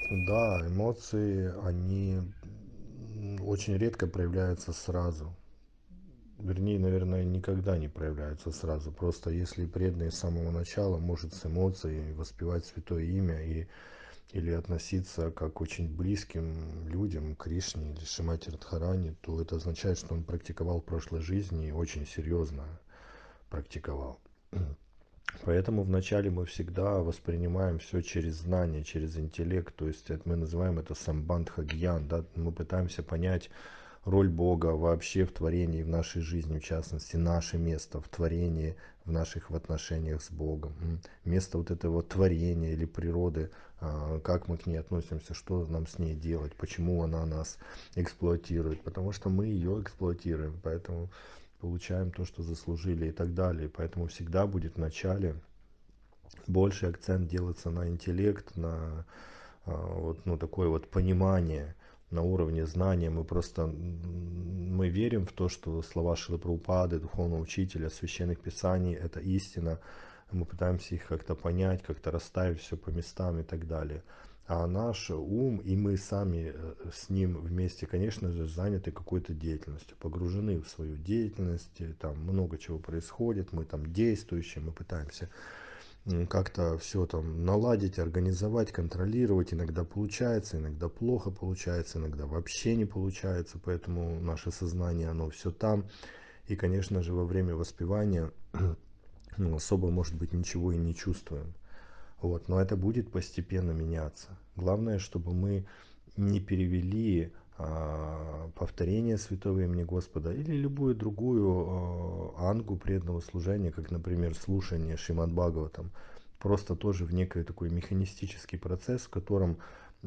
Да, эмоции, они очень редко проявляются сразу. Вернее, наверное, никогда не проявляются сразу. Просто если преданный с самого начала может с эмоцией воспевать святое имя или относиться как к очень близким людям, к Кришне или Шримати Радхарани, то это означает, что он практиковал в прошлой жизни и очень серьезно практиковал. Поэтому вначале мы всегда воспринимаем все через знание, через интеллект, то есть это мы называем это самбандха гьян, да? Мы пытаемся понять роль Бога вообще в творении, в нашей жизни, в частности, наше место в творении, в наших в отношениях с Богом, место вот этого творения или природы, как мы к ней относимся, что нам с ней делать, почему она нас эксплуатирует, потому что мы ее эксплуатируем, поэтому получаем то, что заслужили и так далее. Поэтому всегда будет в начале больше акцент делаться на интеллект, на вот, ну, такое вот понимание на уровне знания. Мы просто мы верим в то, что слова Шрилы Прабхупады, духовного учителя, священных писаний — это истина. Мы пытаемся их как-то понять, как-то расставить все по местам и так далее. А наш ум и мы сами с ним вместе, конечно же, заняты какой-то деятельностью, погружены в свою деятельность, там много чего происходит, мы там действующие, мы пытаемся как-то все там наладить, организовать, контролировать. Иногда получается, иногда плохо получается, иногда вообще не получается. Поэтому наше сознание, оно все там. И, конечно же, во время воспевания особо, может быть, ничего и не чувствуем. Вот, но это будет постепенно меняться. Главное, чтобы мы не перевели повторение святого имени Господа или любую другую ангу преданного служения, как, например, слушание Шримад Бхагаватам, просто тоже в некий такой механистический процесс, в котором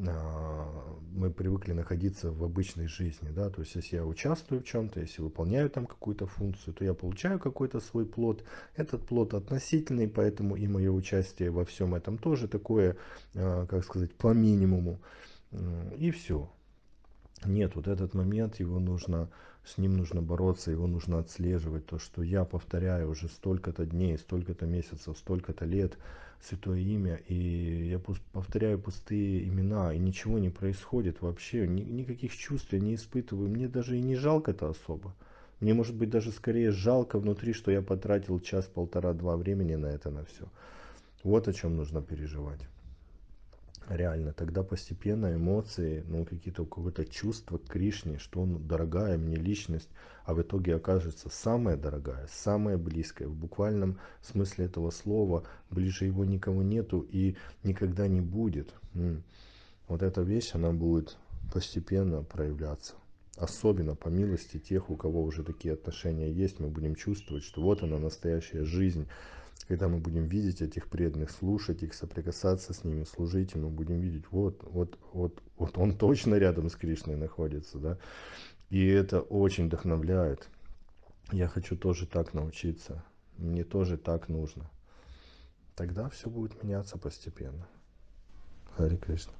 мы привыкли находиться в обычной жизни, да, то есть если я участвую в чем-то, если выполняю там какую-то функцию, то я получаю какой-то свой плод. Этот плод относительный, поэтому и мое участие во всем этом тоже такое, как сказать, по минимуму. И все. Нет, вот этот момент, его нужно, с ним нужно бороться, его нужно отслеживать. То, что я повторяю уже столько-то дней, столько-то месяцев, столько-то лет святое имя, и я повторяю пустые имена, и ничего не происходит вообще, никаких чувств я не испытываю, мне даже и не жалко-то особо. Мне, может быть, даже скорее жалко внутри, что я потратил час, полтора, два времени на это, на все. Вот о чем нужно переживать. Реально, тогда постепенно эмоции, ну, какие-то, какое-то чувство к Кришне, что он дорогая мне личность, а в итоге окажется самая дорогая, самая близкая, в буквальном смысле этого слова, ближе его никого нету и никогда не будет. Вот эта вещь, она будет постепенно проявляться. Особенно по милости тех, у кого уже такие отношения есть, мы будем чувствовать, что вот она настоящая жизнь. Когда мы будем видеть этих преданных, слушать их, соприкасаться с ними, служить, и мы будем видеть, вот он точно рядом с Кришной находится, да. И это очень вдохновляет. Я хочу тоже так научиться. Мне тоже так нужно. Тогда все будет меняться постепенно. Харе Кришна.